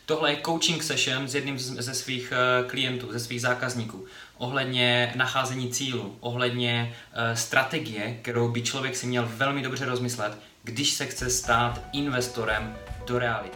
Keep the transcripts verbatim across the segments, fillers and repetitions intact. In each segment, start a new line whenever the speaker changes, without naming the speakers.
Tohle je coaching session s jedním ze svých klientů, ze svých zákazníků. Ohledně nacházení cílu, ohledně strategie, kterou by člověk si měl velmi dobře rozmyslet, když se chce stát investorem do reality.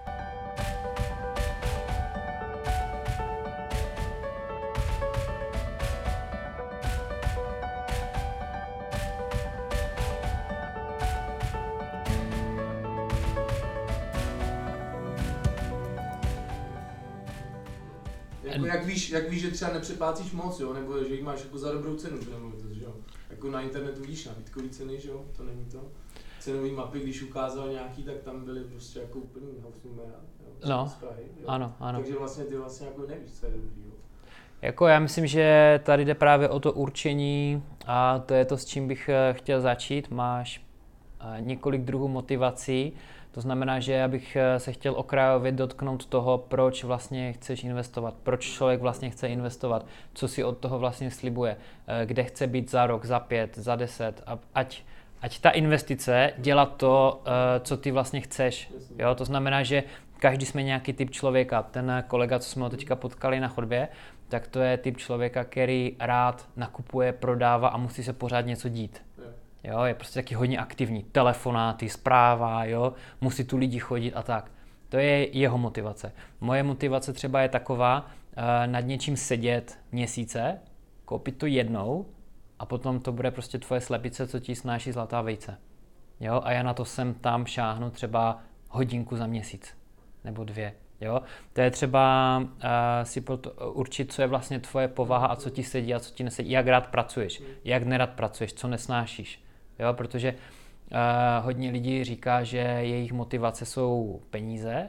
Jako jak, víš, jak víš, že třeba nepřeplácíš moc, jo? Nebo že jich máš jako za dobrou cenu, nebo to, že jo? Jako na internetu vidíš nabídkový ceny, že jo? To není to. Cenový mapy, když ukázal nějaký, tak tam byly prostě jako úplný hausnumera, jo?
No,
Prahy, jo?
ano, ano.
Takže vlastně ty vlastně jako nevíš, co je dobrý, jo?
Jako já myslím, že tady jde právě o to určení a to je to, s čím bych chtěl začít. Máš několik druhů motivací. To znamená, že já bych se chtěl okrajově dotknout toho, proč vlastně chceš investovat, proč člověk vlastně chce investovat, co si od toho vlastně slibuje, kde chce být za rok, za pět, za deset, ať, ať ta investice dělá to, co ty vlastně chceš. Jo? To znamená, že každý jsme nějaký typ člověka. Ten kolega, co jsme ho teďka potkali na chodbě, tak to je typ člověka, který rád nakupuje, prodává a musí se pořád něco dít. Jo, je prostě taky hodně aktivní, telefonáty, zpráva, jo, musí tu lidi chodit a tak. To je jeho motivace. Moje motivace třeba je taková, uh, nad něčím sedět měsíce, koupit to jednou a potom to bude prostě tvoje slepice, co ti snáší zlatá vejce. Jo, a já na to sem tam šáhnu třeba hodinku za měsíc, nebo dvě. Jo, to je třeba uh, si určit, co je vlastně tvoje povaha a co ti sedí a co ti nesedí, jak rád pracuješ, jak nerad pracuješ, co nesnášíš. Jo, protože uh, hodně lidí říká, že jejich motivace jsou peníze,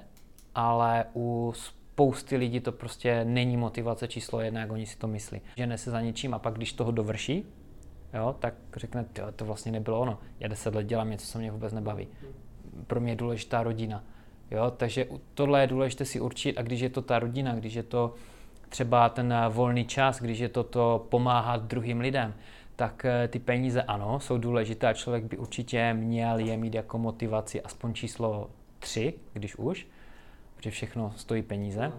ale u spousty lidí to prostě není motivace číslo jedna, jak oni si to myslí. Žene se za něčím a pak, když toho dovrší, jo, tak řekne, to vlastně nebylo ono. Já deset let dělám něco, co mě vůbec nebaví. Pro mě je důležitá rodina. Jo, takže tohle je důležité si určit a když je to ta rodina, když je to třeba ten volný čas, když je to to pomáhat druhým lidem, tak ty peníze ano, jsou důležité a člověk by určitě měl je mít jako motivaci aspoň číslo tři, když už, protože všechno stojí peníze,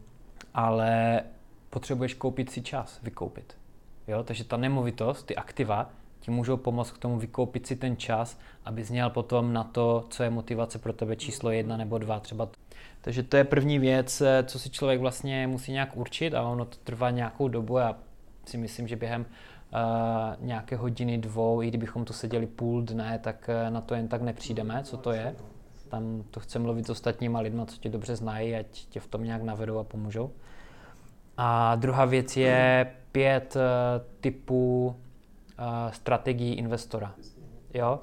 ale potřebuješ koupit si čas, vykoupit. Jo, takže ta nemovitost, ty aktiva, ti můžou pomoct k tomu vykoupit si ten čas, abys měl potom na to, co je motivace pro tebe číslo jedna nebo dva třeba. Takže to je první věc, co si člověk vlastně musí nějak určit a ono to trvá nějakou dobu. Já si myslím, že během uh, nějaké hodiny, dvou, i kdybychom to seděli půl dne, tak na to jen tak nepřijdeme, co to je. Tam to chce mluvit s ostatníma lidma, co tě dobře znají, ať tě v tom nějak navedou a pomůžou. A druhá věc je pět uh, typů Uh, strategii investora. Jo?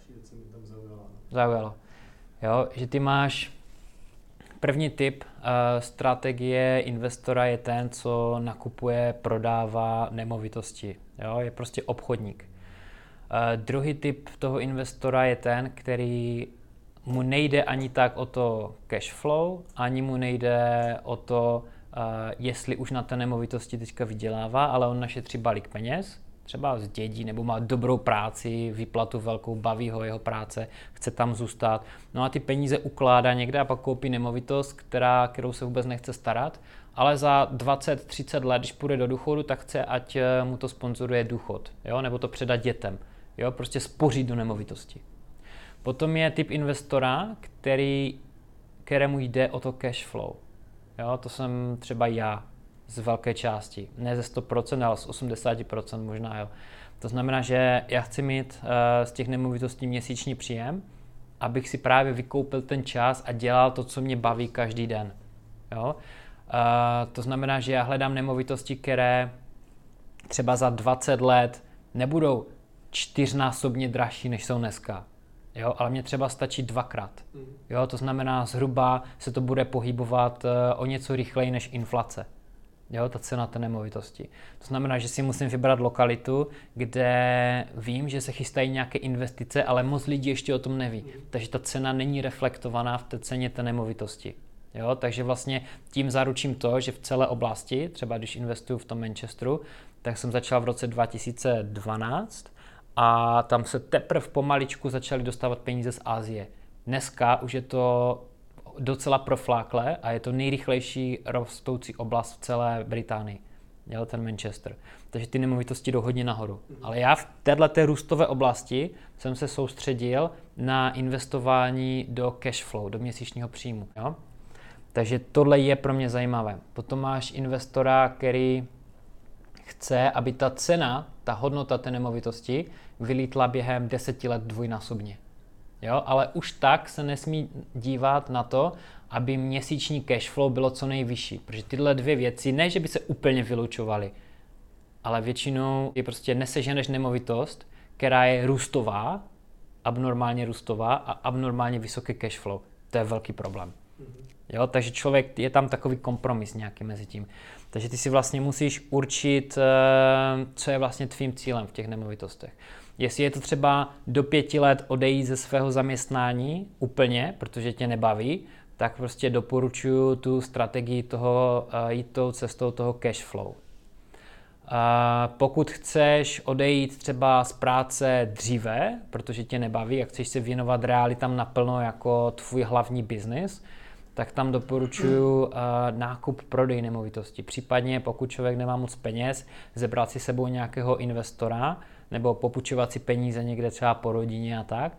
Zaujalo. Jo, že ty máš první typ uh, strategie investora je ten, co nakupuje, prodává nemovitosti. Jo? Je prostě obchodník. Uh, druhý typ toho investora je ten, který mu nejde ani tak o to cash flow, ani mu nejde o to, uh, jestli už na té nemovitosti teďka vydělává, ale on našetří balík peněz, třeba z dědí, nebo má dobrou práci, výplatu velkou, baví ho jeho práce, chce tam zůstat. No a ty peníze ukládá někde a pak koupí nemovitost, která, kterou se vůbec nechce starat, ale za dvacet třicet let, když půjde do důchodu, tak chce, ať mu to sponzoruje důchod, jo? Nebo to předat dětem. Jo? Prostě spořit do nemovitosti. Potom je typ investora, který, kterému jde o to cash flow. Jo? To jsem třeba já. Z velké části. Ne ze sto procent, ale z osmdesát procent možná, jo. To znamená, že já chci mít uh, z těch nemovitostí měsíční příjem, abych si právě vykoupil ten čas a dělal to, co mě baví každý den. Jo. Uh, to znamená, že já hledám nemovitosti, které třeba za dvacet let nebudou čtyřnásobně dražší, než jsou dneska. Jo, ale mě třeba stačí dvakrát. Jo, to znamená, zhruba se to bude pohybovat uh, o něco rychleji než inflace. Jo, ta cena té nemovitosti. To znamená, že si musím vybrat lokalitu, kde vím, že se chystají nějaké investice, ale moc lidí ještě o tom neví. Takže ta cena není reflektovaná v té ceně té nemovitosti. Jo, takže vlastně tím zaručím to, že v celé oblasti, třeba když investuju v tom Manchesteru, tak jsem začal v roce dva tisíce dvanáct a tam se teprve pomaličku začaly dostávat peníze z Asie. Dneska už je to docela proflákle a je to nejrychlejší rostoucí oblast v celé Británii. Jo, ten Manchester. Takže ty nemovitosti jdou hodně nahoru. Mm. Ale já v této růstové oblasti jsem se soustředil na investování do cash flow, do měsíčního příjmu. Jo? Takže tohle je pro mě zajímavé. Potom máš investora, který chce, aby ta cena, ta hodnota té nemovitosti vylítla během deseti let dvojnásobně. Jo? Ale už tak se nesmí dívat na to, aby měsíční cash flow bylo co nejvyšší. Protože tyhle dvě věci, ne, že by se úplně vylučovaly, ale většinou je prostě neseženeš nemovitost, která je růstová, abnormálně růstová a abnormálně vysoké cash flow. To je velký problém. Jo? Takže člověk, je tam takový kompromis nějaký mezi tím. Takže ty si vlastně musíš určit, co je vlastně tvým cílem v těch nemovitostech. Jestli je to třeba do pěti let odejít ze svého zaměstnání úplně, protože tě nebaví, tak prostě doporučuji tu strategii toho, jít tou cestou toho cash flow. Pokud chceš odejít třeba z práce dříve, protože tě nebaví a chceš se věnovat realitám naplno jako tvůj hlavní biznis, tak tam doporučuji uh, nákup, prodej nemovitosti. Případně pokud člověk nemá moc peněz, zebrat si sebou nějakého investora nebo popůjčovat si peníze někde třeba po rodině a tak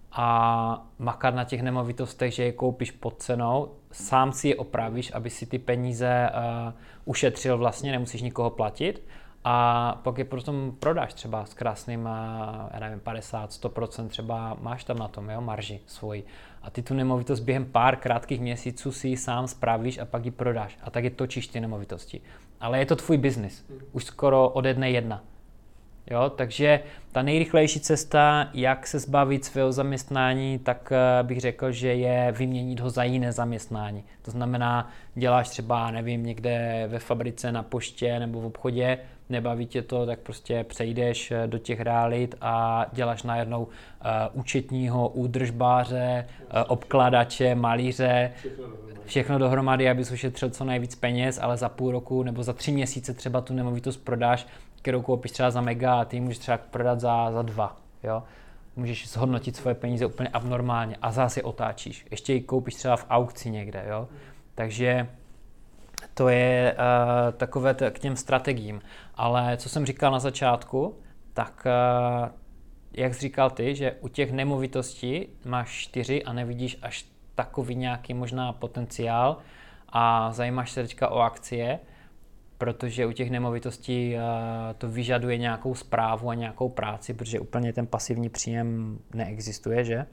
a makat na těch nemovitostech, že je koupíš pod cenou, sám si je opravíš, aby si ty peníze uh, ušetřil vlastně, nemusíš nikoho platit. A pak je potom prodáš třeba s krásným, já nevím, padesát až sto procent třeba máš tam na tom, jo, marži svoji. A ty tu nemovitost během pár krátkých měsíců si ji sám spravíš a pak ji prodáš. A tak je točíš ty nemovitosti. Ale je to tvůj biznis. Už skoro ode dne jedna. Jo, takže ta nejrychlejší cesta, jak se zbavit svého zaměstnání, tak bych řekl, že je vyměnit ho za jiné zaměstnání. To znamená, děláš třeba, nevím, někde ve fabrice, na poště nebo v obchodě, nebaví tě to, tak prostě přejdeš do těch realit a děláš najednou uh, účetního, údržbáře, uh, obkladače, malíře, všechno dohromady, abys ušetřil co nejvíc peněz, ale za půl roku nebo za tři měsíce třeba tu nemovitost prodáš, kterou koupíš třeba za mega a ty můžeš třeba prodat za, za dva. Jo? Můžeš zhodnotit svoje peníze úplně abnormálně a zase je otáčíš. Ještě ji koupíš třeba v aukci někde. Jo? Takže to je uh, takové t- k těm strategiím. Ale co jsem říkal na začátku, tak uh, jak jsi říkal ty, že u těch nemovitostí máš čtyři a nevidíš až takový nějaký možná potenciál a zajímáš se teďka o akcie, protože u těch nemovitostí uh, to vyžaduje nějakou správu a nějakou práci, protože úplně ten pasivní příjem neexistuje, že?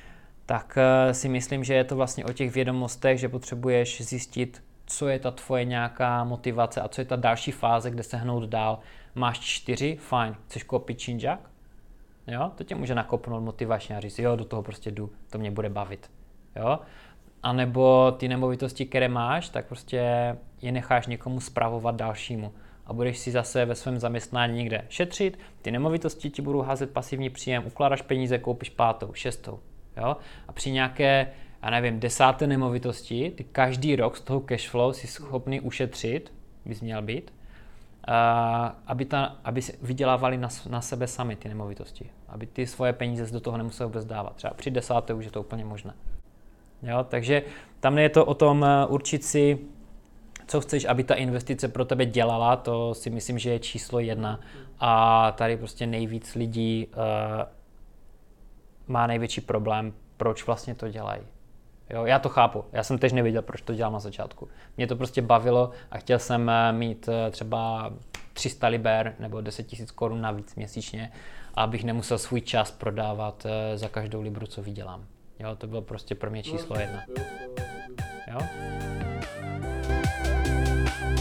Tak uh, si myslím, že je to vlastně o těch vědomostech, že potřebuješ zjistit, co je ta tvoje nějaká motivace a co je ta další fáze, kde se hnout dál. Máš čtyři, fajn, chceš koupit činžák? Jo, to tě může nakopnout motivačně a říct, jo, do toho prostě jdu, to mě bude bavit. Jo? A nebo ty nemovitosti, které máš, tak prostě je necháš někomu spravovat dalšímu. A budeš si zase ve svém zaměstnání někde šetřit, ty nemovitosti ti budou házet pasivní příjem, ukládáš peníze, koupíš pátou, šestou. Jo? A při nějaké, já nevím, desáté nemovitosti, ty každý rok z toho cashflow si schopný ušetřit, bys měl být, uh, aby, ta, aby vydělávali na, na sebe sami ty nemovitosti. Aby ty svoje peníze do toho nemusel vůbec dávat. Třeba při desáté už je to úplně možné. Jo, takže tam je to o tom určit si, co chceš, aby ta investice pro tebe dělala, to si myslím, že je číslo jedna. A tady prostě nejvíc lidí uh, má největší problém, proč vlastně to dělají. Jo, já to chápu, já jsem tež nevěděl, proč to dělám na začátku. Mě to prostě bavilo a chtěl jsem mít třeba tři sta liber nebo deset tisíc korun navíc měsíčně, abych nemusel svůj čas prodávat za každou libru, co vydělám. Jo, to bylo prostě pro mě číslo jedna. Jo?